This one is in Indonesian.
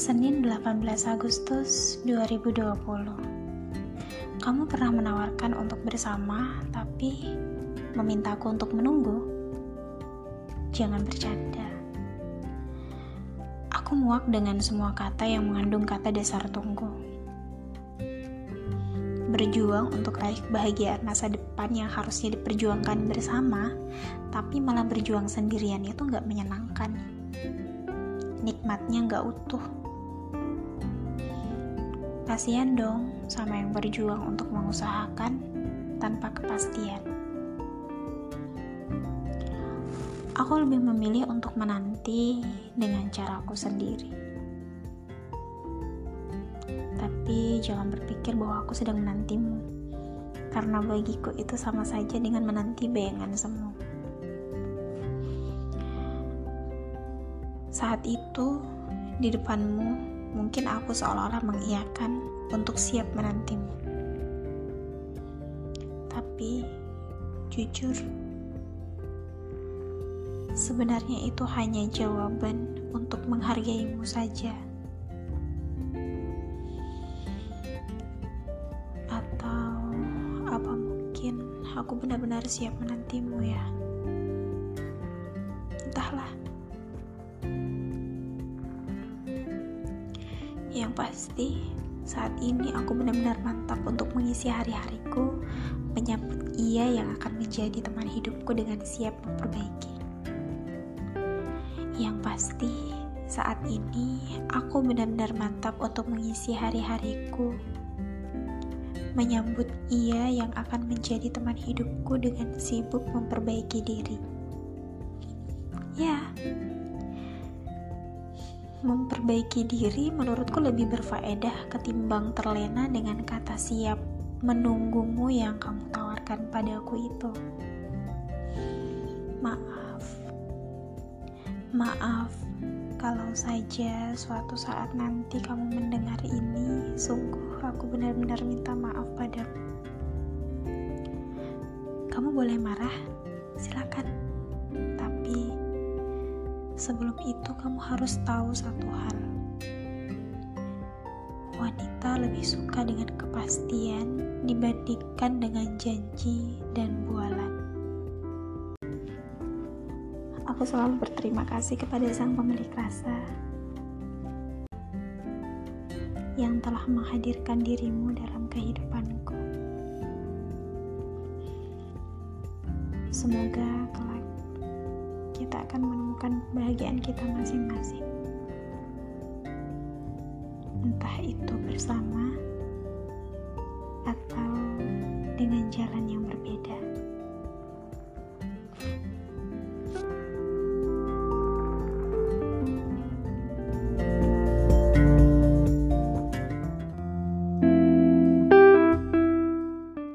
Senin 18 Agustus 2020. Kamu pernah menawarkan untuk bersama, tapi memintaku untuk menunggu? Jangan bercanda. Aku muak dengan semua kata yang mengandung kata dasar tunggu. Berjuang untuk raih kebahagiaan masa depan yang harusnya diperjuangkan bersama, tapi malah berjuang sendirian itu gak menyenangkan. Nikmatnya gak utuh. Kasian dong sama yang berjuang untuk mengusahakan tanpa kepastian. Aku lebih memilih untuk menanti dengan caraku sendiri. Tapi jangan berpikir bahwa aku sedang menantimu, karena bagiku itu sama saja dengan menanti bayangan semu. Saat itu, di depanmu, mungkin aku seolah-olah mengiyakan untuk siap menantimu. Tapi, jujur, sebenarnya itu hanya jawaban untuk menghargaimu saja. Atau, apa mungkin aku benar-benar siap menantimu ya? Entahlah. Yang pasti, saat ini aku benar-benar mantap untuk mengisi hari-hariku menyambut ia yang akan menjadi teman hidupku dengan siap memperbaiki. Yang pasti, saat ini aku benar-benar mantap untuk mengisi hari-hariku menyambut ia yang akan menjadi teman hidupku dengan sibuk memperbaiki diri. Ya, memperbaiki diri menurutku lebih berfaedah ketimbang terlena dengan kata siap menunggumu yang kamu tawarkan padaku itu. Maaf kalau saja suatu saat nanti kamu mendengar ini, sungguh aku benar-benar minta maaf padamu. Kamu boleh marah, silakan. Tapi sebelum itu kamu harus tahu satu hal. Wanita lebih suka dengan kepastian dibandingkan dengan janji dan bualan. Aku selalu berterima kasih kepada Sang Pemilik Rasa yang telah menghadirkan dirimu dalam kehidupanku. Semoga kelak kita akan menemukan kebahagiaan kita masing-masing. Entah itu bersama atau dengan jarak.